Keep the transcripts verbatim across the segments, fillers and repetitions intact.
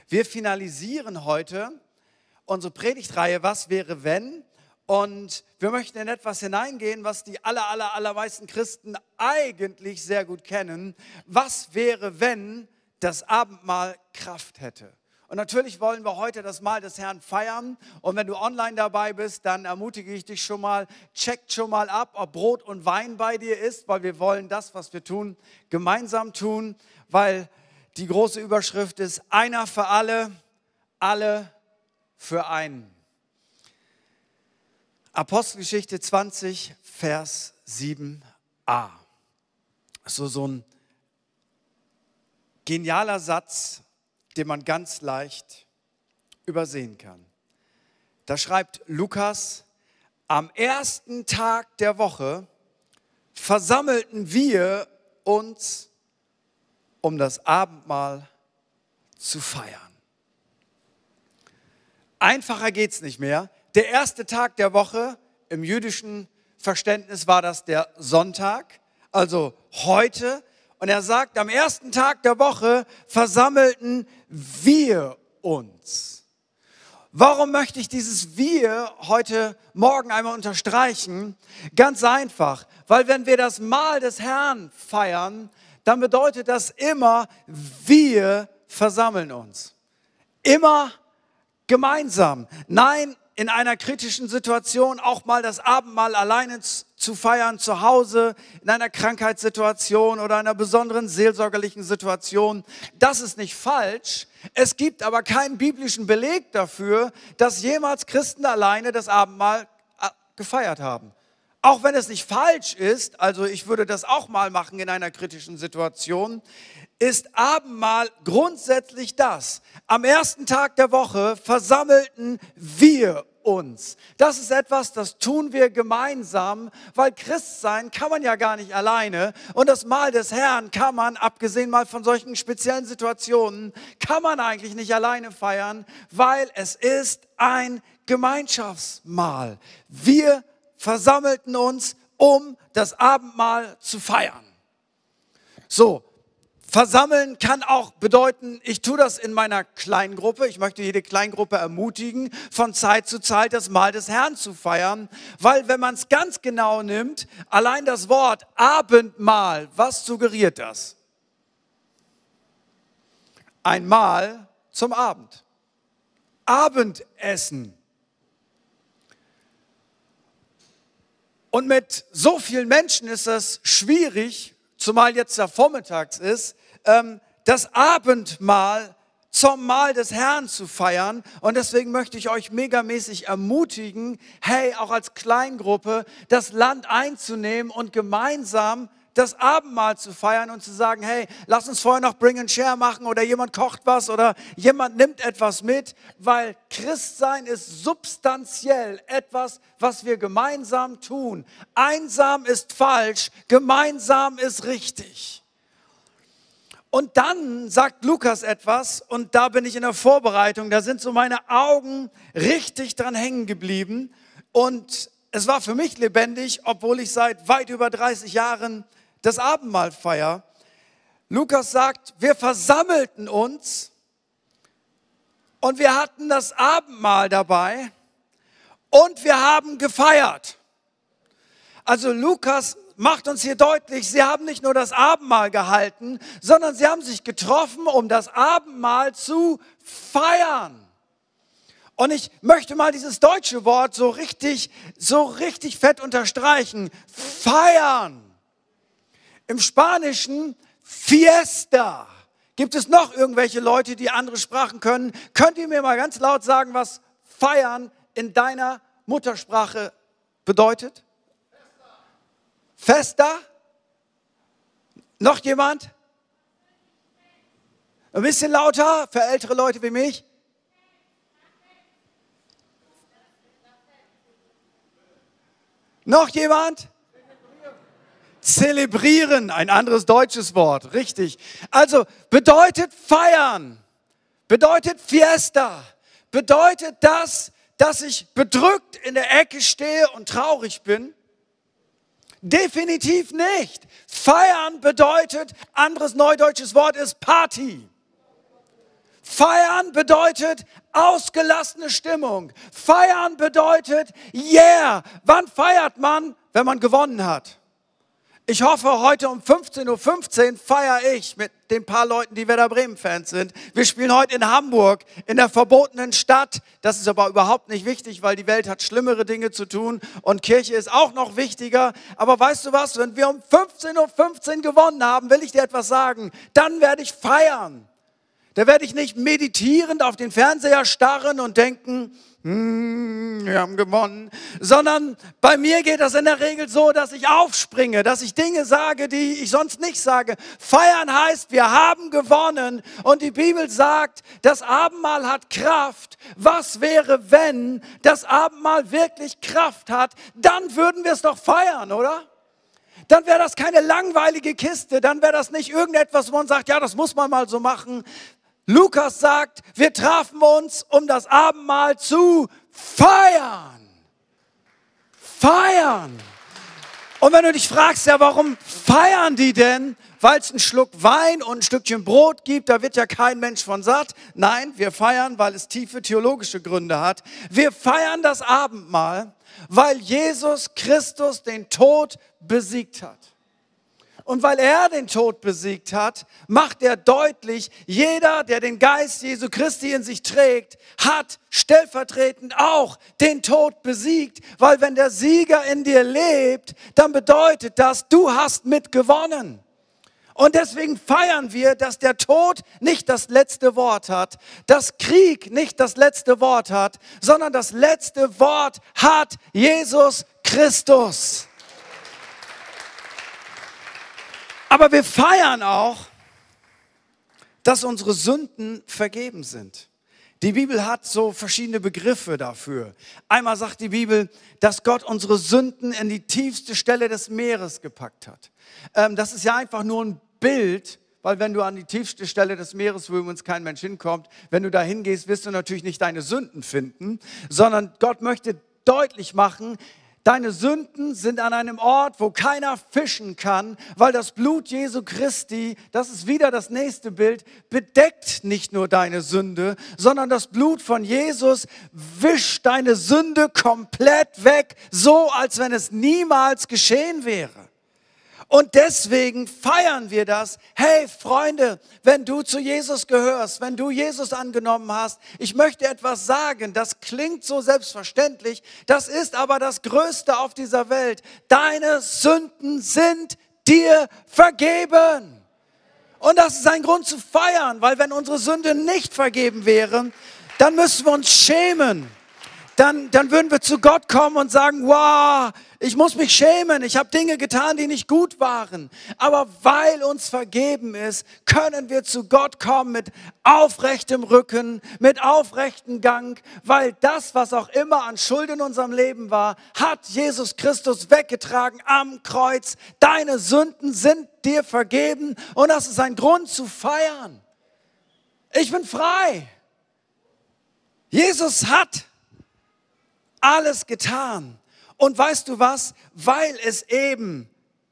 Wir finalisieren heute unsere Predigtreihe Was wäre wenn? Und wir möchten in etwas hineingehen, was die aller, aller, allermeisten Christen eigentlich sehr gut kennen. Was wäre, wenn das Abendmahl Kraft hätte? Und natürlich wollen wir heute das Mahl des Herrn feiern. Und wenn du online dabei bist, dann ermutige ich dich schon mal, checkt schon mal ab, ob Brot und Wein bei dir ist, weil wir wollen das, was wir tun, gemeinsam tun, weil die große Überschrift ist, einer für alle, alle für einen. Apostelgeschichte zwanzig, Vers sieben a. So, so ein genialer Satz, den man ganz leicht übersehen kann. Da schreibt Lukas, am ersten Tag der Woche versammelten wir uns, um das Abendmahl zu feiern. Einfacher geht es nicht mehr. Der erste Tag der Woche, im jüdischen Verständnis war das der Sonntag, also heute. Und er sagt, am ersten Tag der Woche versammelten wir uns. Warum möchte ich dieses Wir heute Morgen einmal unterstreichen? Ganz einfach, weil wenn wir das Mahl des Herrn feiern, dann bedeutet das immer, wir versammeln uns. Immer gemeinsam. Nein, in einer kritischen Situation auch mal das Abendmahl alleine zu feiern, zu Hause, in einer Krankheitssituation oder einer besonderen seelsorgerlichen Situation. Das ist nicht falsch. Es gibt aber keinen biblischen Beleg dafür, dass jemals Christen alleine das Abendmahl gefeiert haben. Auch wenn es nicht falsch ist, also ich würde das auch mal machen in einer kritischen Situation, ist Abendmahl grundsätzlich das. Am ersten Tag der Woche versammelten wir uns. Das ist etwas, das tun wir gemeinsam, weil Christsein kann man ja gar nicht alleine. Und das Mahl des Herrn kann man, abgesehen mal von solchen speziellen Situationen, kann man eigentlich nicht alleine feiern, weil es ist ein Gemeinschaftsmahl. Wir versammelten uns, um das Abendmahl zu feiern. So. Versammeln kann auch bedeuten, ich tue das in meiner Kleingruppe. Ich möchte jede Kleingruppe ermutigen, von Zeit zu Zeit das Mahl des Herrn zu feiern. Weil wenn man es ganz genau nimmt, allein das Wort Abendmahl, was suggeriert das? Ein Mahl zum Abend. Abendessen. Und mit so vielen Menschen ist das schwierig, zumal jetzt ja vormittags ist, das Abendmahl zum Mahl des Herrn zu feiern. Und deswegen möchte ich euch megamäßig ermutigen, hey, auch als Kleingruppe, das Land einzunehmen und gemeinsam das Abendmahl zu feiern und zu sagen, hey, lass uns vorher noch Bring and Share machen oder jemand kocht was oder jemand nimmt etwas mit, weil Christsein ist substanziell etwas, was wir gemeinsam tun. Einsam ist falsch, gemeinsam ist richtig. Und dann sagt Lukas etwas und da bin ich in der Vorbereitung, da sind so meine Augen richtig dran hängen geblieben und es war für mich lebendig, obwohl ich seit weit über dreißig Jahren das Abendmahl feiere. Lukas sagt, wir versammelten uns und wir hatten das Abendmahl dabei und wir haben gefeiert. Also Lukas macht uns hier deutlich, sie haben nicht nur das Abendmahl gehalten, sondern sie haben sich getroffen, um das Abendmahl zu feiern. Und ich möchte mal dieses deutsche Wort so richtig, so richtig fett unterstreichen. Feiern. Im Spanischen Fiesta. Gibt es noch irgendwelche Leute, die andere Sprachen können? Könnt ihr mir mal ganz laut sagen, was feiern in deiner Muttersprache bedeutet? Festa? Noch jemand? Ein bisschen lauter für ältere Leute wie mich. Noch jemand? Zelebrieren, ein anderes deutsches Wort, richtig. Also bedeutet feiern, bedeutet Fiesta, bedeutet das, dass ich bedrückt in der Ecke stehe und traurig bin? Definitiv nicht. Feiern bedeutet, anderes neudeutsches Wort ist Party. Feiern Feiern bedeutet ausgelassene Stimmung. Feiern bedeutet, yeah. Wann feiert man, wenn man gewonnen hat? Ich hoffe, heute um fünfzehn Uhr fünfzehn feiere ich mit den paar Leuten, die Werder Bremen-Fans sind. Wir spielen heute in Hamburg, in der verbotenen Stadt. Das ist aber überhaupt nicht wichtig, weil die Welt hat schlimmere Dinge zu tun und Kirche ist auch noch wichtiger. Aber weißt du was, wenn wir um fünfzehn Uhr fünfzehn gewonnen haben, will ich dir etwas sagen, dann werde ich feiern. Da werde ich nicht meditierend auf den Fernseher starren und denken, hm, wir haben gewonnen, sondern bei mir geht das in der Regel so, dass ich aufspringe, dass ich Dinge sage, die ich sonst nicht sage. Feiern heißt, wir haben gewonnen und die Bibel sagt, das Abendmahl hat Kraft. Was wäre, wenn das Abendmahl wirklich Kraft hat? Dann würden wir es doch feiern, oder? Dann wäre das keine langweilige Kiste, dann wäre das nicht irgendetwas, wo man sagt, ja, das muss man mal so machen. Lukas sagt, wir trafen uns, um das Abendmahl zu feiern. Feiern. Und wenn du dich fragst, ja, warum feiern die denn? Weil es einen Schluck Wein und ein Stückchen Brot gibt, da wird ja kein Mensch von satt. Nein, wir feiern, weil es tiefe theologische Gründe hat. Wir feiern das Abendmahl, weil Jesus Christus den Tod besiegt hat. Und weil er den Tod besiegt hat, macht er deutlich, jeder, der den Geist Jesu Christi in sich trägt, hat stellvertretend auch den Tod besiegt. Weil wenn der Sieger in dir lebt, dann bedeutet das, du hast mitgewonnen. Und deswegen feiern wir, dass der Tod nicht das letzte Wort hat, dass Krieg nicht das letzte Wort hat, sondern das letzte Wort hat Jesus Christus. Aber wir feiern auch, dass unsere Sünden vergeben sind. Die Bibel hat so verschiedene Begriffe dafür. Einmal sagt die Bibel, dass Gott unsere Sünden in die tiefste Stelle des Meeres gepackt hat. Ähm, das ist ja einfach nur ein Bild, weil wenn du an die tiefste Stelle des Meeres, wo übrigens kein Mensch hinkommt, wenn du da hingehst, wirst du natürlich nicht deine Sünden finden, sondern Gott möchte deutlich machen, deine Sünden sind an einem Ort, wo keiner fischen kann, weil das Blut Jesu Christi, das ist wieder das nächste Bild, bedeckt nicht nur deine Sünde, sondern das Blut von Jesus wischt deine Sünde komplett weg, so als wenn es niemals geschehen wäre. Und deswegen feiern wir das. Hey Freunde, wenn du zu Jesus gehörst, wenn du Jesus angenommen hast, ich möchte etwas sagen, das klingt so selbstverständlich, das ist aber das Größte auf dieser Welt. Deine Sünden sind dir vergeben. Und das ist ein Grund zu feiern, weil wenn unsere Sünde nicht vergeben wäre, dann müssen wir uns schämen. Dann, dann würden wir zu Gott kommen und sagen, wow, ich muss mich schämen, ich habe Dinge getan, die nicht gut waren. Aber weil uns vergeben ist, können wir zu Gott kommen mit aufrechtem Rücken, mit aufrechtem Gang, weil das, was auch immer an Schuld in unserem Leben war, hat Jesus Christus weggetragen am Kreuz. Deine Sünden sind dir vergeben und das ist ein Grund zu feiern. Ich bin frei. Jesus hat alles getan. Und weißt du was? Weil es eben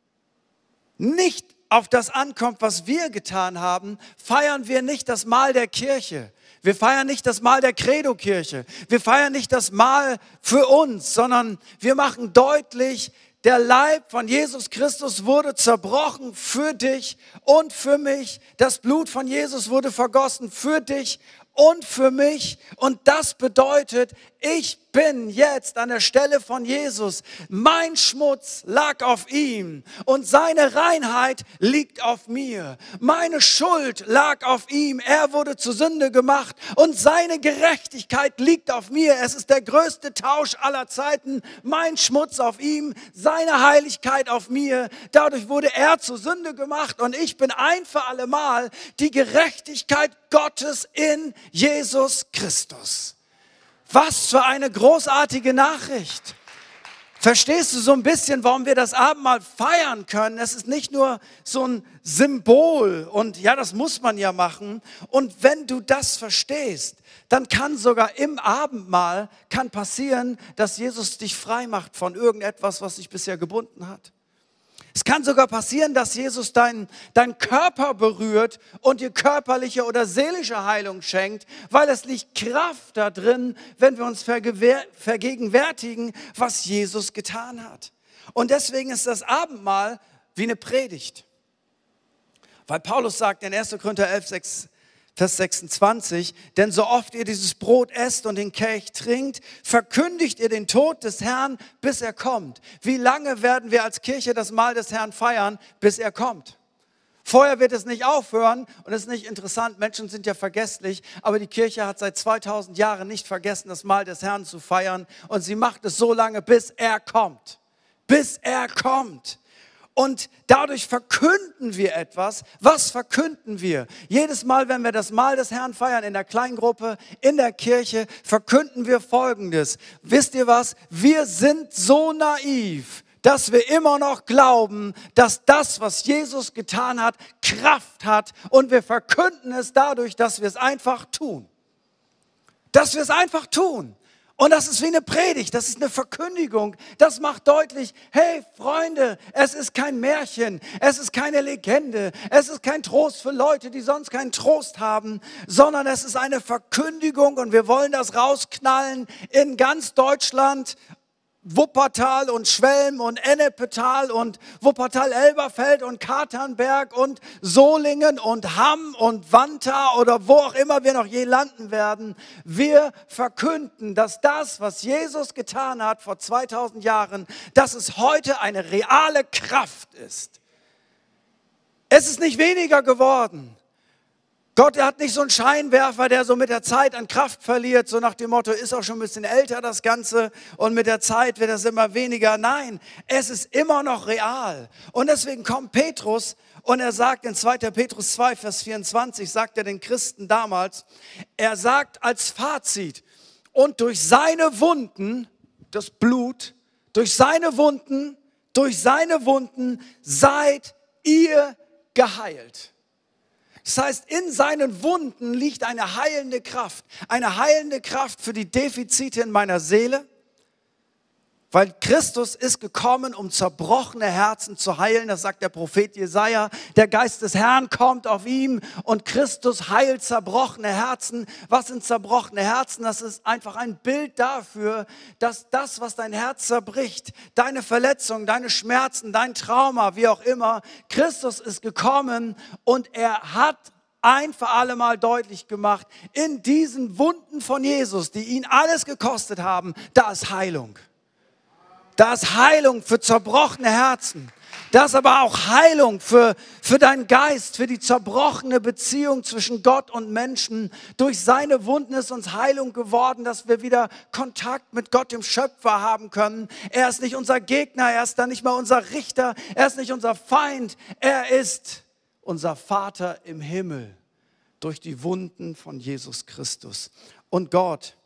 nicht auf das ankommt, was wir getan haben, feiern wir nicht das Mahl der Kirche. Wir feiern nicht das Mahl der Credo-Kirche. Wir feiern nicht das Mahl für uns, sondern wir machen deutlich, der Leib von Jesus Christus wurde zerbrochen für dich und für mich. Das Blut von Jesus wurde vergossen für dich und für mich. Und das bedeutet, ich bin jetzt an der Stelle von Jesus. Mein Schmutz lag auf ihm und seine Reinheit liegt auf mir. Meine Schuld lag auf ihm. Er wurde zur Sünde gemacht und seine Gerechtigkeit liegt auf mir. Es ist der größte Tausch aller Zeiten. Mein Schmutz auf ihm, seine Heiligkeit auf mir. Dadurch wurde er zur Sünde gemacht und ich bin ein für alle Mal die Gerechtigkeit Gottes in Jesus Christus. Was für eine großartige Nachricht. Verstehst du so ein bisschen, warum wir das Abendmahl feiern können? Es ist nicht nur so ein Symbol und ja, das muss man ja machen. Und wenn du das verstehst, dann kann sogar im Abendmahl kann passieren, dass Jesus dich frei macht von irgendetwas, was dich bisher gebunden hat. Es kann sogar passieren, dass Jesus deinen dein Körper berührt und dir körperliche oder seelische Heilung schenkt, weil es liegt Kraft da drin, wenn wir uns vergegenwärtigen, was Jesus getan hat. Und deswegen ist das Abendmahl wie eine Predigt. Weil Paulus sagt in erster Korinther elf, Vers sechsundzwanzig, denn so oft ihr dieses Brot esst und den Kelch trinkt, verkündigt ihr den Tod des Herrn, bis er kommt. Wie lange werden wir als Kirche das Mahl des Herrn feiern, bis er kommt? Vorher wird es nicht aufhören und es ist nicht interessant, Menschen sind ja vergesslich, aber die Kirche hat seit zweitausend Jahren nicht vergessen, das Mahl des Herrn zu feiern und sie macht es so lange, bis er kommt. Bis er kommt. Und dadurch verkünden wir etwas. Was verkünden wir? Jedes Mal, wenn wir das Mahl des Herrn feiern, in der Kleingruppe, in der Kirche, verkünden wir Folgendes. Wisst ihr was? Wir sind so naiv, dass wir immer noch glauben, dass das, was Jesus getan hat, Kraft hat. Und wir verkünden es dadurch, dass wir es einfach tun. Dass wir es einfach tun. Und das ist wie eine Predigt, das ist eine Verkündigung. Das macht deutlich, hey Freunde, es ist kein Märchen, es ist keine Legende, es ist kein Trost für Leute, die sonst keinen Trost haben, sondern es ist eine Verkündigung und wir wollen das rausknallen in ganz Deutschland. Wuppertal und Schwelm und Ennepetal und Wuppertal-Elberfeld und Katernberg und Solingen und Hamm und Wanta oder wo auch immer wir noch je landen werden. Wir verkünden, dass das, was Jesus getan hat vor zweitausend Jahren, dass es heute eine reale Kraft ist. Es ist nicht weniger geworden. Gott, er hat nicht so einen Scheinwerfer, der so mit der Zeit an Kraft verliert, so nach dem Motto, ist auch schon ein bisschen älter das Ganze und mit der Zeit wird das immer weniger. Nein, es ist immer noch real. Und deswegen kommt Petrus und er sagt in zweiter Petrus zwei, Vers vierundzwanzig, sagt er den Christen damals, er sagt als Fazit, und durch seine Wunden, das Blut, durch seine Wunden, durch seine Wunden seid ihr geheilt. Das heißt, in seinen Wunden liegt eine heilende Kraft. Eine heilende Kraft für die Defizite in meiner Seele. Weil Christus ist gekommen, um zerbrochene Herzen zu heilen. Das sagt der Prophet Jesaja. Der Geist des Herrn kommt auf ihm und Christus heilt zerbrochene Herzen. Was sind zerbrochene Herzen? Das ist einfach ein Bild dafür, dass das, was dein Herz zerbricht, deine Verletzung, deine Schmerzen, dein Trauma, wie auch immer, Christus ist gekommen und er hat ein für alle Mal deutlich gemacht, in diesen Wunden von Jesus, die ihn alles gekostet haben, da ist Heilung. Da ist Heilung für zerbrochene Herzen. Da ist aber auch Heilung für, für deinen Geist, für die zerbrochene Beziehung zwischen Gott und Menschen. Durch seine Wunden ist uns Heilung geworden, dass wir wieder Kontakt mit Gott, dem Schöpfer, haben können. Er ist nicht unser Gegner, er ist dann nicht mal unser Richter, er ist nicht unser Feind. Er ist unser Vater im Himmel durch die Wunden von Jesus Christus. Und Gott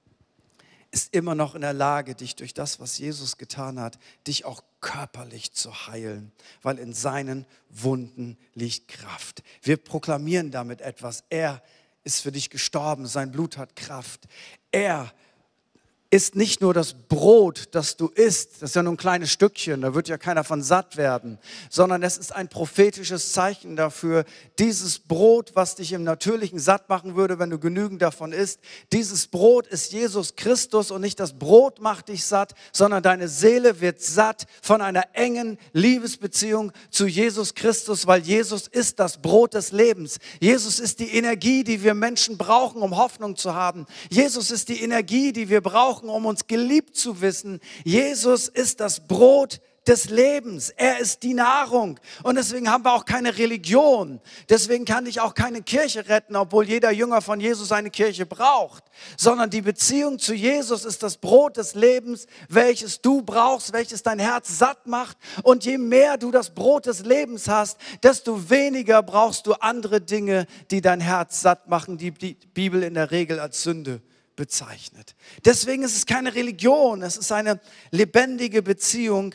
ist immer noch in der Lage, dich durch das, was Jesus getan hat, dich auch körperlich zu heilen, weil in seinen Wunden liegt Kraft. Wir proklamieren damit etwas. Er ist für dich gestorben, sein Blut hat Kraft. Er ist nicht nur das Brot, das du isst, das ist ja nur ein kleines Stückchen, da wird ja keiner von satt werden, sondern es ist ein prophetisches Zeichen dafür, dieses Brot, was dich im Natürlichen satt machen würde, wenn du genügend davon isst, dieses Brot ist Jesus Christus und nicht das Brot macht dich satt, sondern deine Seele wird satt von einer engen Liebesbeziehung zu Jesus Christus, weil Jesus ist das Brot des Lebens. Jesus ist die Energie, die wir Menschen brauchen, um Hoffnung zu haben. Jesus ist die Energie, die wir brauchen, um uns geliebt zu wissen. Jesus ist das Brot des Lebens. Er ist die Nahrung. Und deswegen haben wir auch keine Religion. Deswegen kann dich auch keine Kirche retten, obwohl jeder Jünger von Jesus eine Kirche braucht. Sondern die Beziehung zu Jesus ist das Brot des Lebens, welches du brauchst, welches dein Herz satt macht. Und je mehr du das Brot des Lebens hast, desto weniger brauchst du andere Dinge, die dein Herz satt machen, die die Bibel in der Regel als Sünde bezeichnet. Deswegen ist es keine Religion, es ist eine lebendige Beziehung.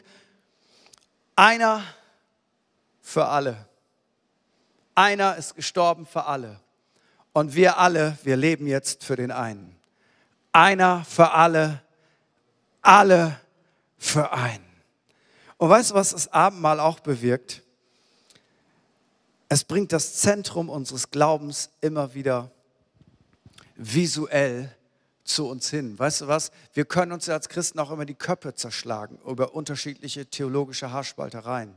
Einer für alle. Einer ist gestorben für alle. Und wir alle, wir leben jetzt für den einen. Einer für alle, alle für einen. Und weißt du, was das Abendmahl auch bewirkt? Es bringt das Zentrum unseres Glaubens immer wieder visuell zu uns hin. Weißt du was? Wir können uns ja als Christen auch immer die Köpfe zerschlagen über unterschiedliche theologische Haarspaltereien.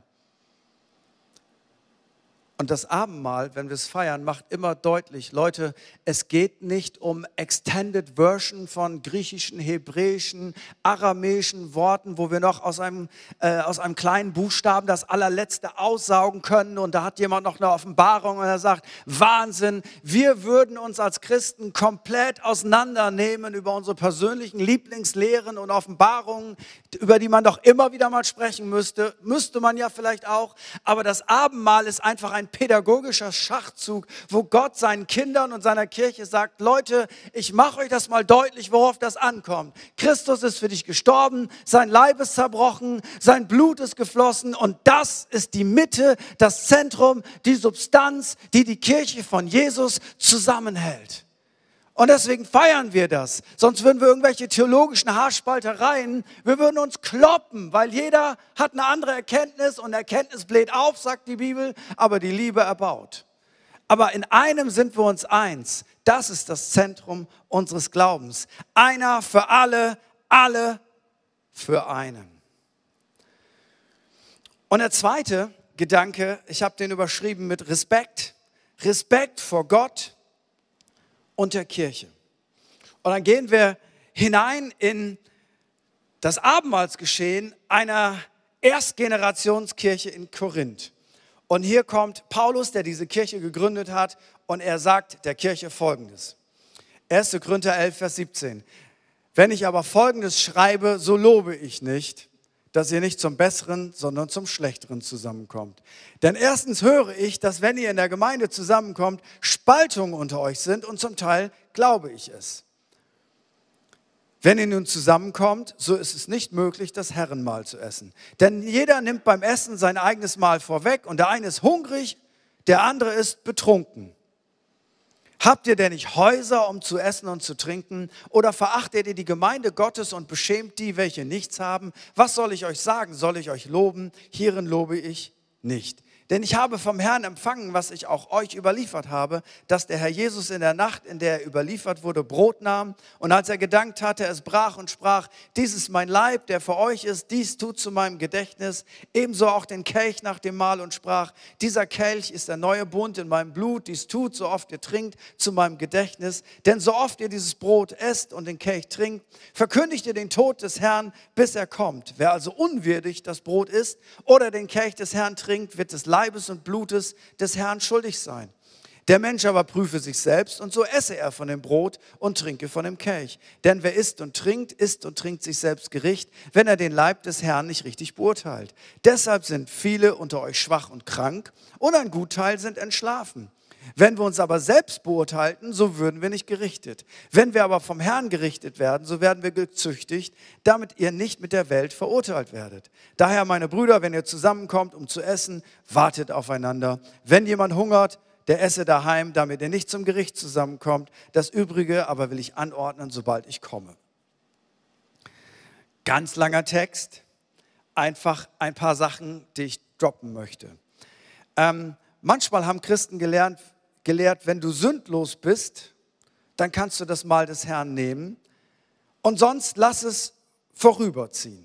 Und das Abendmahl, wenn wir es feiern, macht immer deutlich, Leute, es geht nicht um Extended Version von griechischen, hebräischen, aramäischen Worten, wo wir noch aus einem, äh, aus einem kleinen Buchstaben das allerletzte aussaugen können und da hat jemand noch eine Offenbarung und er sagt, Wahnsinn, wir würden uns als Christen komplett auseinandernehmen über unsere persönlichen Lieblingslehren und Offenbarungen, über die man doch immer wieder mal sprechen müsste, müsste man ja vielleicht auch, aber das Abendmahl ist einfach ein pädagogischer Schachzug, wo Gott seinen Kindern und seiner Kirche sagt, Leute, ich mache euch das mal deutlich, worauf das ankommt. Christus ist für dich gestorben, sein Leib ist zerbrochen, sein Blut ist geflossen und das ist die Mitte, das Zentrum, die Substanz, die die Kirche von Jesus zusammenhält. Und deswegen feiern wir das. Sonst würden wir irgendwelche theologischen Haarspaltereien, wir würden uns kloppen, weil jeder hat eine andere Erkenntnis und Erkenntnis bläht auf, sagt die Bibel, aber die Liebe erbaut. Aber in einem sind wir uns eins. Das ist das Zentrum unseres Glaubens. Einer für alle, alle für einen. Und der zweite Gedanke, ich habe den überschrieben mit Respekt. Respekt vor Gott und der Kirche. Und dann gehen wir hinein in das Abendmahlsgeschehen einer Erstgenerationskirche in Korinth. Und hier kommt Paulus, der diese Kirche gegründet hat, und er sagt der Kirche Folgendes. erster Korinther elf, Vers siebzehn. Wenn ich aber Folgendes schreibe, so lobe ich nicht, dass ihr nicht zum Besseren, sondern zum Schlechteren zusammenkommt. Denn erstens höre ich, dass wenn ihr in der Gemeinde zusammenkommt, Spaltungen unter euch sind und zum Teil glaube ich es. Wenn ihr nun zusammenkommt, so ist es nicht möglich, das Herrenmahl zu essen. Denn jeder nimmt beim Essen sein eigenes Mahl vorweg und der eine ist hungrig, der andere ist betrunken. Habt ihr denn nicht Häuser, um zu essen und zu trinken? Oder verachtet ihr die Gemeinde Gottes und beschämt die, welche nichts haben? Was soll ich euch sagen? Soll ich euch loben? Hierin lobe ich nicht. Denn ich habe vom Herrn empfangen, was ich auch euch überliefert habe, dass der Herr Jesus in der Nacht, in der er überliefert wurde, Brot nahm und als er gedankt hatte, es brach und sprach, dies ist mein Leib, der für euch ist, dies tut zu meinem Gedächtnis. Ebenso auch den Kelch nach dem Mahl und sprach, dieser Kelch ist der neue Bund in meinem Blut, dies tut, so oft ihr trinkt, zu meinem Gedächtnis. Denn so oft ihr dieses Brot esst und den Kelch trinkt, verkündigt ihr den Tod des Herrn, bis er kommt. Wer also unwürdig das Brot isst oder den Kelch des Herrn trinkt, wird des Leibes und Blutes des Herrn schuldig sein. Der Mensch aber prüfe sich selbst und so esse er von dem Brot und trinke von dem Kelch. Denn wer isst und trinkt, isst und trinkt sich selbst Gericht, wenn er den Leib des Herrn nicht richtig beurteilt. Deshalb sind viele unter euch schwach und krank und ein Gutteil sind entschlafen. Wenn wir uns aber selbst beurteilten, so würden wir nicht gerichtet. Wenn wir aber vom Herrn gerichtet werden, so werden wir gezüchtigt, damit ihr nicht mit der Welt verurteilt werdet. Daher, meine Brüder, wenn ihr zusammenkommt, um zu essen, wartet aufeinander. Wenn jemand hungert, der esse daheim, damit ihr nicht zum Gericht zusammenkommt. Das Übrige aber will ich anordnen, sobald ich komme. Ganz langer Text, einfach ein paar Sachen, die ich droppen möchte. Ähm, manchmal haben Christen gelernt, gelehrt, wenn du sündlos bist, dann kannst du das Mahl des Herrn nehmen und sonst lass es vorüberziehen.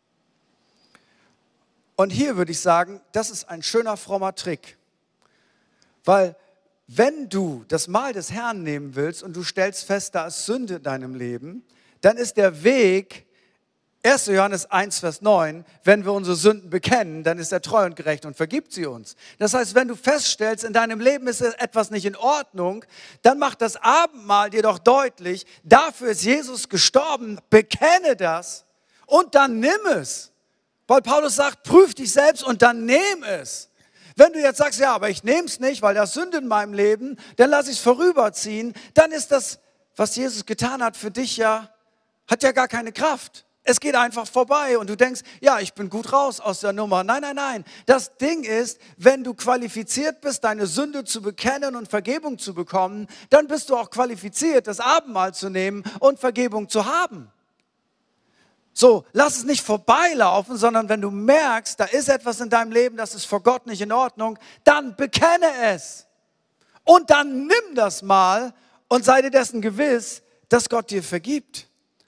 Und hier würde ich sagen, das ist ein schöner, frommer Trick. Weil wenn du das Mahl des Herrn nehmen willst und du stellst fest, da ist Sünde in deinem Leben, dann ist der Weg, erster Johannes eins, Vers neun, wenn wir unsere Sünden bekennen, dann ist er treu und gerecht und vergibt sie uns. Das heißt, wenn du feststellst, in deinem Leben ist etwas nicht in Ordnung, dann macht das Abendmahl dir doch deutlich, dafür ist Jesus gestorben, bekenne das und dann nimm es. Weil Paulus sagt, prüf dich selbst und dann nimm es. Wenn du jetzt sagst, ja, aber ich nehme es nicht, weil da ist Sünde in meinem Leben, dann lass ich es vorüberziehen, dann ist das, was Jesus getan hat für dich ja, hat ja gar keine Kraft. Es geht einfach vorbei und du denkst, ja, ich bin gut raus aus der Nummer. Nein, nein, nein. Das Ding ist, wenn du qualifiziert bist, deine Sünde zu bekennen und Vergebung zu bekommen, dann bist du auch qualifiziert, das Abendmahl zu nehmen und Vergebung zu haben. So, lass es nicht vorbeilaufen, sondern wenn du merkst, da ist etwas in deinem Leben, das ist vor Gott nicht in Ordnung, dann bekenne es. Und dann nimm das mal und sei dir dessen gewiss, dass Gott dir vergibt.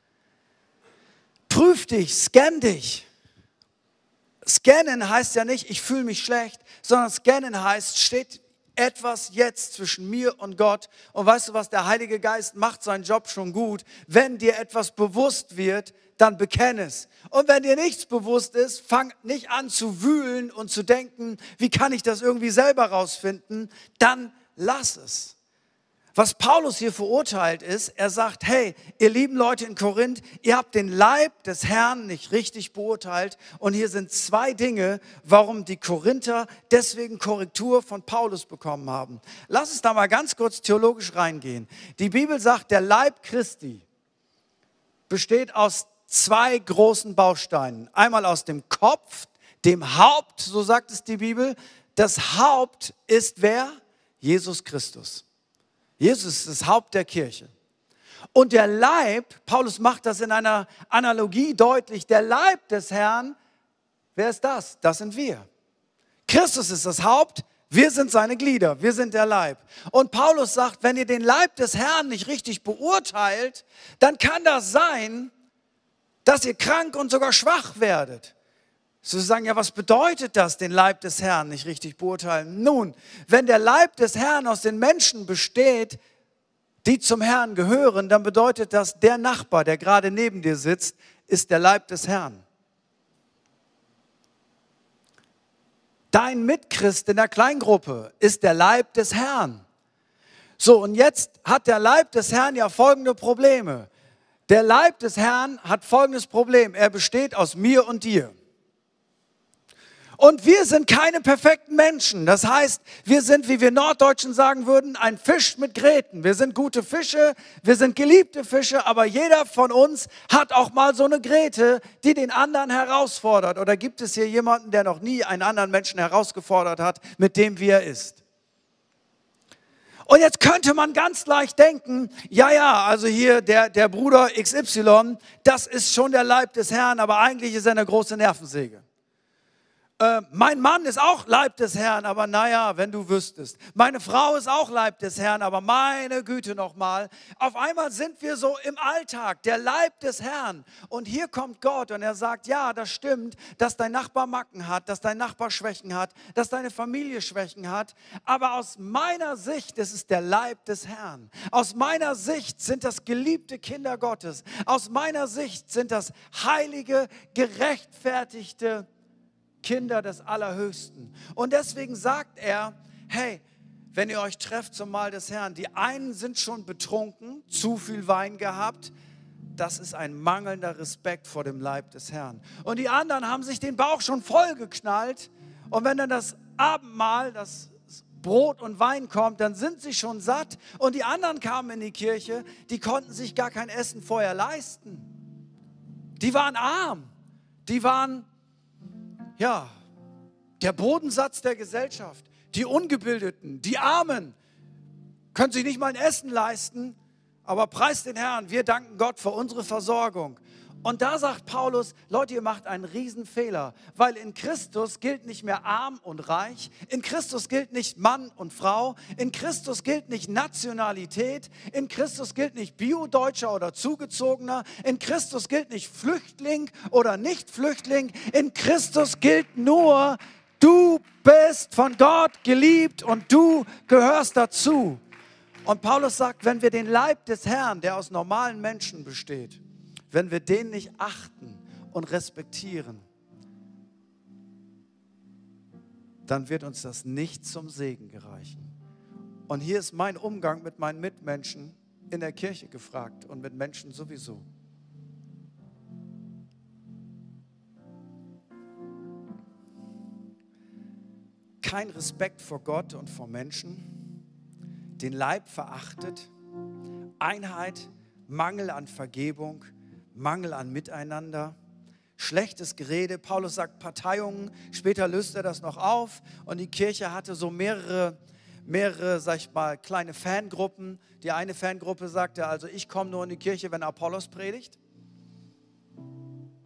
Prüf dich, scan dich. Scannen heißt ja nicht, ich fühle mich schlecht, sondern scannen heißt, steht etwas jetzt zwischen mir und Gott. Und weißt du was, der Heilige Geist macht seinen Job schon gut. Wenn dir etwas bewusst wird, dann bekenne es. Und wenn dir nichts bewusst ist, fang nicht an zu wühlen und zu denken, wie kann ich das irgendwie selber rausfinden, dann lass es. Was Paulus hier verurteilt ist, er sagt, hey, ihr lieben Leute in Korinth, ihr habt den Leib des Herrn nicht richtig beurteilt. Und hier sind zwei Dinge, warum die Korinther deswegen Korrektur von Paulus bekommen haben. Lass uns da mal ganz kurz theologisch reingehen. Die Bibel sagt, der Leib Christi besteht aus zwei großen Bausteinen. Einmal aus dem Kopf, dem Haupt, so sagt es die Bibel. Das Haupt ist wer? Jesus Christus. Jesus ist das Haupt der Kirche. Und der Leib, Paulus macht das in einer Analogie deutlich, der Leib des Herrn, wer ist das? Das sind wir. Christus ist das Haupt, wir sind seine Glieder, wir sind der Leib. Und Paulus sagt, wenn ihr den Leib des Herrn nicht richtig beurteilt, dann kann das sein, dass ihr krank und sogar schwach werdet. Sie sagen, ja, was bedeutet das, den Leib des Herrn nicht richtig beurteilen? Nun, wenn der Leib des Herrn aus den Menschen besteht, die zum Herrn gehören, dann bedeutet das, der Nachbar, der gerade neben dir sitzt, ist der Leib des Herrn. Dein Mitchrist in der Kleingruppe ist der Leib des Herrn. So, und jetzt hat der Leib des Herrn ja folgende Probleme. Der Leib des Herrn hat folgendes Problem. Er besteht aus mir und dir. Und wir sind keine perfekten Menschen. Das heißt, wir sind, wie wir Norddeutschen sagen würden, ein Fisch mit Gräten. Wir sind gute Fische, wir sind geliebte Fische, aber jeder von uns hat auch mal so eine Gräte, die den anderen herausfordert. Oder gibt es hier jemanden, der noch nie einen anderen Menschen herausgefordert hat, mit dem wie er ist? Und jetzt könnte man ganz leicht denken, ja, ja, also hier der, der Bruder X Y, das ist schon der Leib des Herrn, aber eigentlich ist er eine große Nervensäge. Äh, mein Mann ist auch Leib des Herrn, aber naja, wenn du wüsstest. Meine Frau ist auch Leib des Herrn, aber meine Güte nochmal. Auf einmal sind wir so im Alltag, der Leib des Herrn. Und hier kommt Gott und er sagt, ja, das stimmt, dass dein Nachbar Macken hat, dass dein Nachbar Schwächen hat, dass deine Familie Schwächen hat. Aber aus meiner Sicht ist es der Leib des Herrn. Aus meiner Sicht sind das geliebte Kinder Gottes. Aus meiner Sicht sind das heilige, gerechtfertigte Kinder des Allerhöchsten. Und deswegen sagt er, hey, wenn ihr euch trefft zum Mahl des Herrn, die einen sind schon betrunken, zu viel Wein gehabt, das ist ein mangelnder Respekt vor dem Leib des Herrn. Und die anderen haben sich den Bauch schon vollgeknallt und wenn dann das Abendmahl, das Brot und Wein kommt, dann sind sie schon satt und die anderen kamen in die Kirche, die konnten sich gar kein Essen vorher leisten. Die waren arm, die waren ja, der Bodensatz der Gesellschaft, die Ungebildeten, die Armen, können sich nicht mal ein Essen leisten, aber preist den Herrn, wir danken Gott für unsere Versorgung. Und da sagt Paulus, Leute, ihr macht einen Riesenfehler, weil in Christus gilt nicht mehr arm und reich, in Christus gilt nicht Mann und Frau, in Christus gilt nicht Nationalität, in Christus gilt nicht Bio-Deutscher oder Zugezogener, in Christus gilt nicht Flüchtling oder Nicht-Flüchtling, in Christus gilt nur, du bist von Gott geliebt und du gehörst dazu. Und Paulus sagt, wenn wir den Leib des Herrn, der aus normalen Menschen besteht, wenn wir den nicht achten und respektieren, dann wird uns das nicht zum Segen gereichen. Und hier ist mein Umgang mit meinen Mitmenschen in der Kirche gefragt und mit Menschen sowieso. Kein Respekt vor Gott und vor Menschen, den Leib verachtet, Einheit, Mangel an Vergebung, Mangel an Miteinander, schlechtes Gerede. Paulus sagt Parteiungen, später löst er das noch auf und die Kirche hatte so mehrere, mehrere, sag ich mal, kleine Fangruppen. Die eine Fangruppe sagte, also ich komme nur in die Kirche, wenn Apollos predigt.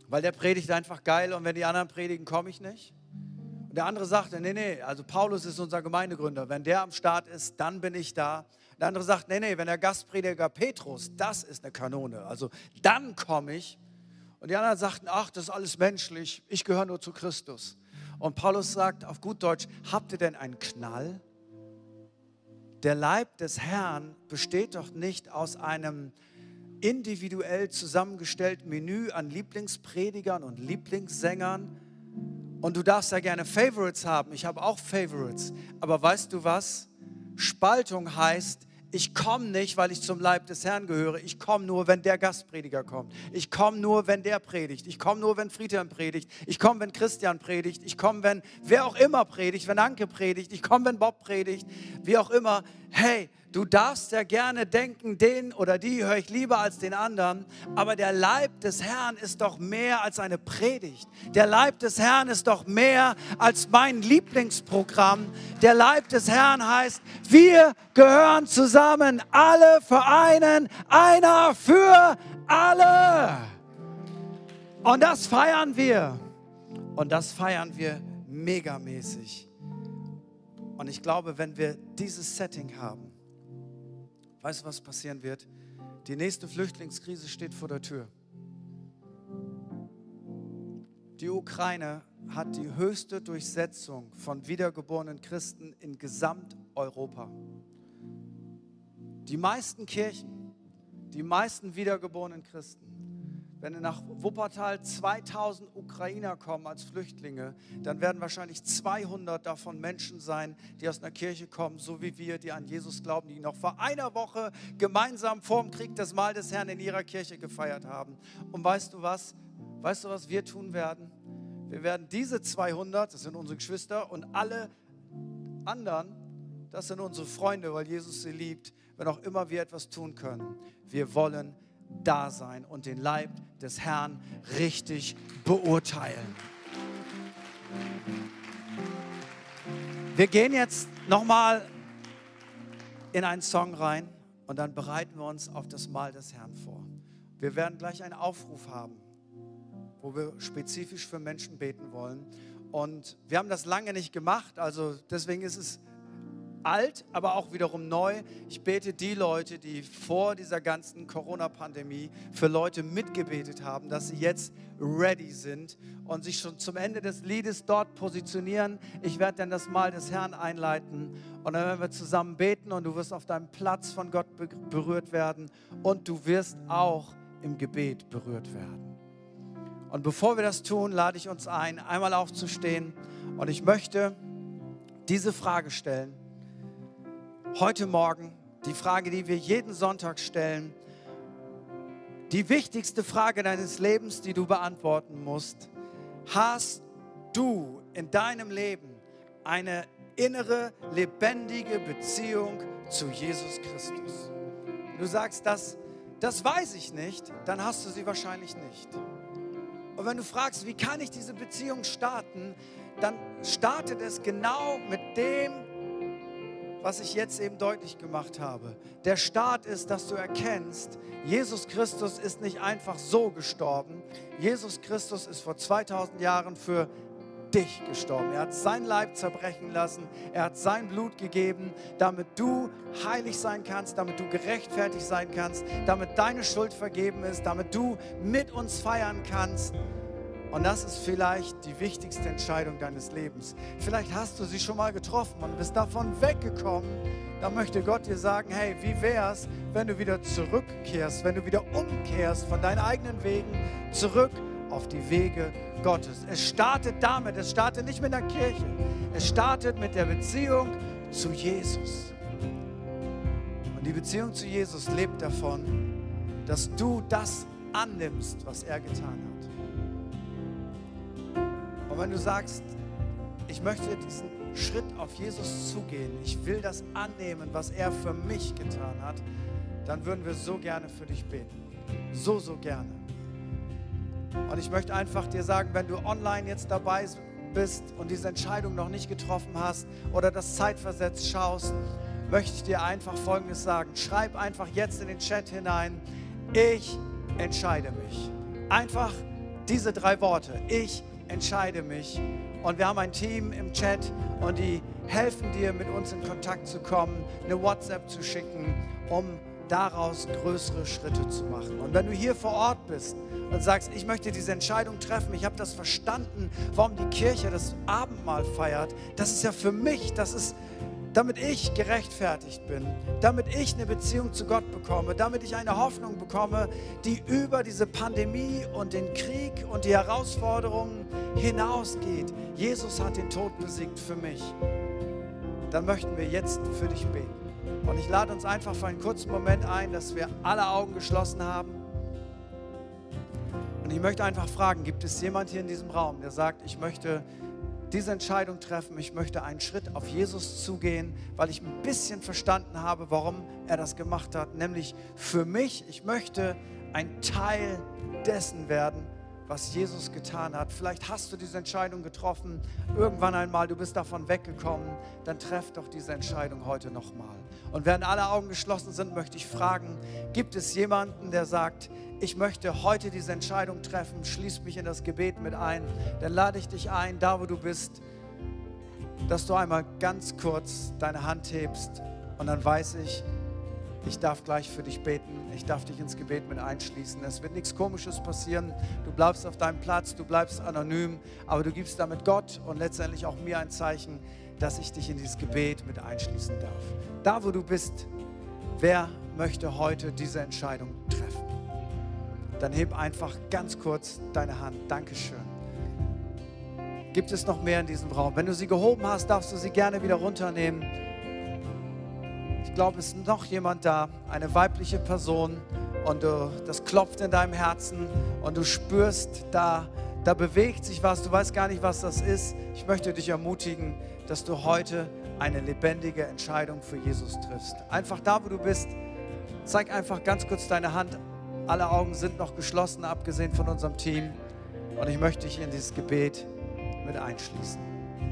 weil der predigt einfach geil und wenn die anderen predigen, komme ich nicht. Und der andere sagte, nee, nee, also Paulus ist unser Gemeindegründer. Wenn der am Start ist, dann bin ich da. Der andere sagt, nee, nee, wenn der Gastprediger Petrus, das ist eine Kanone, also dann komme ich. Und die anderen sagten, ach, das ist alles menschlich, ich gehöre nur zu Christus. Und Paulus sagt auf gut Deutsch, habt ihr denn einen Knall? Der Leib des Herrn besteht doch nicht aus einem individuell zusammengestellten Menü an Lieblingspredigern und Lieblingssängern. Und du darfst ja gerne Favorites haben. Ich habe auch Favorites. Aber weißt du was? Spaltung heißt, ich komme nicht, weil ich zum Leib des Herrn gehöre. Ich komme nur, wenn der Gastprediger kommt. Ich komme nur, wenn der predigt. Ich komme nur, wenn Friedhelm predigt. Ich komme, wenn Christian predigt. Ich komme, wenn wer auch immer predigt. Wenn Anke predigt. Ich komme, wenn Bob predigt. Wie auch immer. Hey, du darfst ja gerne denken, den oder die höre ich lieber als den anderen. Aber der Leib des Herrn ist doch mehr als eine Predigt. Der Leib des Herrn ist doch mehr als mein Lieblingsprogramm. Der Leib des Herrn heißt, wir gehören zusammen, alle vereinen, einer für alle. Und das feiern wir. Und das feiern wir megamäßig. Und ich glaube, wenn wir dieses Setting haben, weißt du, was passieren wird? Die nächste Flüchtlingskrise steht vor der Tür. Die Ukraine hat die höchste Durchsetzung von wiedergeborenen Christen in Gesamteuropa. Die meisten Kirchen, die meisten wiedergeborenen Christen, wenn nach Wuppertal zweitausend Ukrainer kommen als Flüchtlinge, dann werden wahrscheinlich zweihundert davon Menschen sein, die aus einer Kirche kommen, so wie wir, die an Jesus glauben, die noch vor einer Woche gemeinsam vor dem Krieg das Mahl des Herrn in ihrer Kirche gefeiert haben. Und weißt du was? Weißt du, was wir tun werden? Wir werden diese zweihundert, das sind unsere Geschwister, und alle anderen, das sind unsere Freunde, weil Jesus sie liebt, wenn auch immer wir etwas tun können. Wir wollen da sein und den Leib des Herrn richtig beurteilen. Wir gehen jetzt nochmal in einen Song rein und dann bereiten wir uns auf das Mahl des Herrn vor. Wir werden gleich einen Aufruf haben, wo wir spezifisch für Menschen beten wollen. Und wir haben das lange nicht gemacht, also deswegen ist es alt, aber auch wiederum neu. Ich bete die Leute, die vor dieser ganzen Corona-Pandemie für Leute mitgebetet haben, dass sie jetzt ready sind und sich schon zum Ende des Liedes dort positionieren. Ich werde dann das Mahl des Herrn einleiten und dann werden wir zusammen beten und du wirst auf deinem Platz von Gott berührt werden und du wirst auch im Gebet berührt werden. Und bevor wir das tun, lade ich uns ein, einmal aufzustehen und ich möchte diese Frage stellen. Heute Morgen, die Frage, die wir jeden Sonntag stellen, die wichtigste Frage deines Lebens, die du beantworten musst. Hast du in deinem Leben eine innere, lebendige Beziehung zu Jesus Christus? Du sagst, das, das weiß ich nicht, dann hast du sie wahrscheinlich nicht. Und wenn du fragst, wie kann ich diese Beziehung starten, dann startet es genau mit dem, was ich jetzt eben deutlich gemacht habe. Der Start ist, dass du erkennst, Jesus Christus ist nicht einfach so gestorben. Jesus Christus ist vor zweitausend Jahren für dich gestorben. Er hat sein Leib zerbrechen lassen. Er hat sein Blut gegeben, damit du heilig sein kannst, damit du gerechtfertigt sein kannst, damit deine Schuld vergeben ist, damit du mit uns feiern kannst. Und das ist vielleicht die wichtigste Entscheidung deines Lebens. Vielleicht hast du sie schon mal getroffen und bist davon weggekommen. Da möchte Gott dir sagen, hey, wie wär's, wenn du wieder zurückkehrst, wenn du wieder umkehrst von deinen eigenen Wegen zurück auf die Wege Gottes. Es startet damit, es startet nicht mit der Kirche, es startet mit der Beziehung zu Jesus. Und die Beziehung zu Jesus lebt davon, dass du das annimmst, was er getan hat. Und wenn du sagst, ich möchte diesen Schritt auf Jesus zugehen, ich will das annehmen, was er für mich getan hat, dann würden wir so gerne für dich beten. So, so gerne. Und ich möchte einfach dir sagen, wenn du online jetzt dabei bist und diese Entscheidung noch nicht getroffen hast oder das zeitversetzt schaust, möchte ich dir einfach Folgendes sagen. Schreib einfach jetzt in den Chat hinein, ich entscheide mich. Einfach diese drei Worte. Ich entscheide mich. Und wir haben ein Team im Chat und die helfen dir, mit uns in Kontakt zu kommen, eine WhatsApp zu schicken, um daraus größere Schritte zu machen. Und wenn du hier vor Ort bist und sagst, ich möchte diese Entscheidung treffen, ich habe das verstanden, warum die Kirche das Abendmahl feiert, das ist ja für mich, das ist, damit ich gerechtfertigt bin, damit ich eine Beziehung zu Gott bekomme, damit ich eine Hoffnung bekomme, die über diese Pandemie und den Krieg und die Herausforderungen hinausgeht. Jesus hat den Tod besiegt für mich. Dann möchten wir jetzt für dich beten. Und ich lade uns einfach für einen kurzen Moment ein, dass wir alle Augen geschlossen haben. Und ich möchte einfach fragen, gibt es jemand hier in diesem Raum, der sagt, ich möchte diese Entscheidung treffen, ich möchte einen Schritt auf Jesus zugehen, weil ich ein bisschen verstanden habe, warum er das gemacht hat. Nämlich für mich, ich möchte ein Teil dessen werden, was Jesus getan hat. Vielleicht hast du diese Entscheidung getroffen, irgendwann einmal, du bist davon weggekommen, dann treff doch diese Entscheidung heute nochmal. Und während alle Augen geschlossen sind, möchte ich fragen, gibt es jemanden, der sagt, ich möchte heute diese Entscheidung treffen, schließ mich in das Gebet mit ein, dann lade ich dich ein, da wo du bist, dass du einmal ganz kurz deine Hand hebst und dann weiß ich, ich darf gleich für dich beten, ich darf dich ins Gebet mit einschließen. Es wird nichts Komisches passieren, du bleibst auf deinem Platz, du bleibst anonym, aber du gibst damit Gott und letztendlich auch mir ein Zeichen, dass ich dich in dieses Gebet mit einschließen darf. Da wo du bist, wer möchte heute diese Entscheidung treffen? Dann heb einfach ganz kurz deine Hand. Dankeschön. Gibt es noch mehr in diesem Raum? Wenn du sie gehoben hast, darfst du sie gerne wieder runternehmen. Ich glaube, es ist noch jemand da, eine weibliche Person und du, das klopft in deinem Herzen und du spürst, da, da bewegt sich was, du weißt gar nicht, was das ist. Ich möchte dich ermutigen, dass du heute eine lebendige Entscheidung für Jesus triffst. Einfach da, wo du bist, zeig einfach ganz kurz deine Hand. Alle Augen sind noch geschlossen, abgesehen von unserem Team. Und ich möchte dich in dieses Gebet mit einschließen.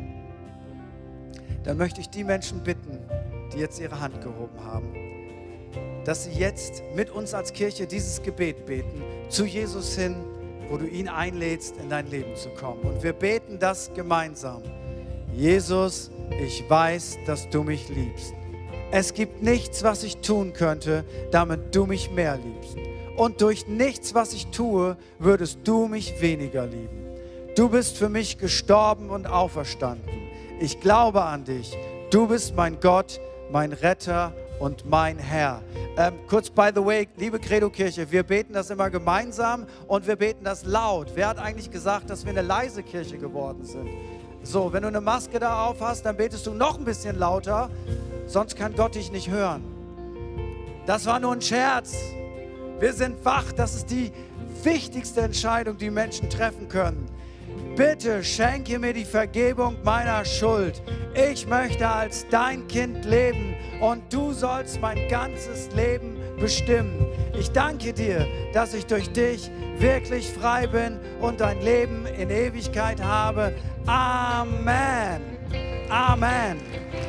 Dann möchte ich die Menschen bitten, die jetzt ihre Hand gehoben haben, dass sie jetzt mit uns als Kirche dieses Gebet beten, zu Jesus hin, wo du ihn einlädst, in dein Leben zu kommen. Und wir beten das gemeinsam. Jesus, ich weiß, dass du mich liebst. Es gibt nichts, was ich tun könnte, damit du mich mehr liebst. Und durch nichts, was ich tue, würdest du mich weniger lieben. Du bist für mich gestorben und auferstanden. Ich glaube an dich. Du bist mein Gott, mein Retter und mein Herr. Ähm, kurz, by the way, liebe Credo-Kirche, wir beten das immer gemeinsam und wir beten das laut. Wer hat eigentlich gesagt, dass wir eine leise Kirche geworden sind? So, wenn du eine Maske da auf hast, dann betest du noch ein bisschen lauter, sonst kann Gott dich nicht hören. Das war nur ein Scherz. Wir sind wach, das ist die wichtigste Entscheidung, die Menschen treffen können. Bitte schenke mir die Vergebung meiner Schuld. Ich möchte als dein Kind leben und du sollst mein ganzes Leben bestimmen. Ich danke dir, dass ich durch dich wirklich frei bin und ein Leben in Ewigkeit habe. Amen. Amen.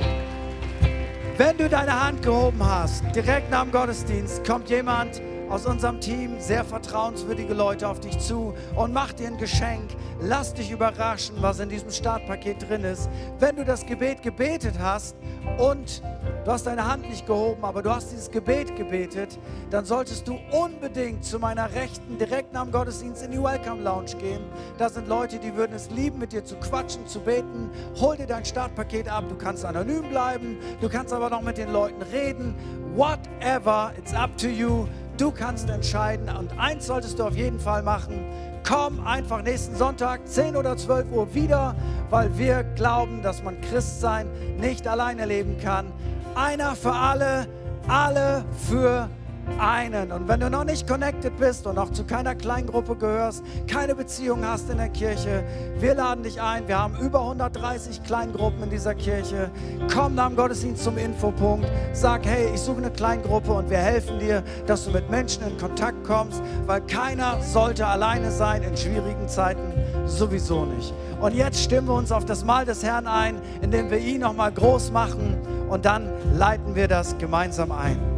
Wenn du deine Hand gehoben hast, direkt nach dem Gottesdienst, kommt jemand aus unserem Team, sehr vertrauenswürdige Leute, auf dich zu und mach dir ein Geschenk. Lass dich überraschen, was in diesem Startpaket drin ist. Wenn du das Gebet gebetet hast und du hast deine Hand nicht gehoben, aber du hast dieses Gebet gebetet, dann solltest du unbedingt zu meiner Rechten, direkt nach dem Gottesdienst in die Welcome Lounge gehen. Da sind Leute, die würden es lieben, mit dir zu quatschen, zu beten. Hol dir dein Startpaket ab. Du kannst anonym bleiben, du kannst aber noch mit den Leuten reden. Whatever, it's up to you. Du kannst entscheiden und eins solltest du auf jeden Fall machen. Komm einfach nächsten Sonntag, zehn oder zwölf Uhr wieder, weil wir glauben, dass man Christsein nicht alleine leben kann. Einer für alle, alle für einen. Und wenn du noch nicht connected bist und noch zu keiner Kleingruppe gehörst, keine Beziehung hast in der Kirche, wir laden dich ein. Wir haben über hundertdreißig Kleingruppen in dieser Kirche. Komm nach dem Gottesdienst zum Infopunkt. Sag, hey, ich suche eine Kleingruppe und wir helfen dir, dass du mit Menschen in Kontakt kommst, weil keiner sollte alleine sein in schwierigen Zeiten, sowieso nicht. Und jetzt stimmen wir uns auf das Mahl des Herrn ein, indem wir ihn nochmal groß machen und dann leiten wir das gemeinsam ein.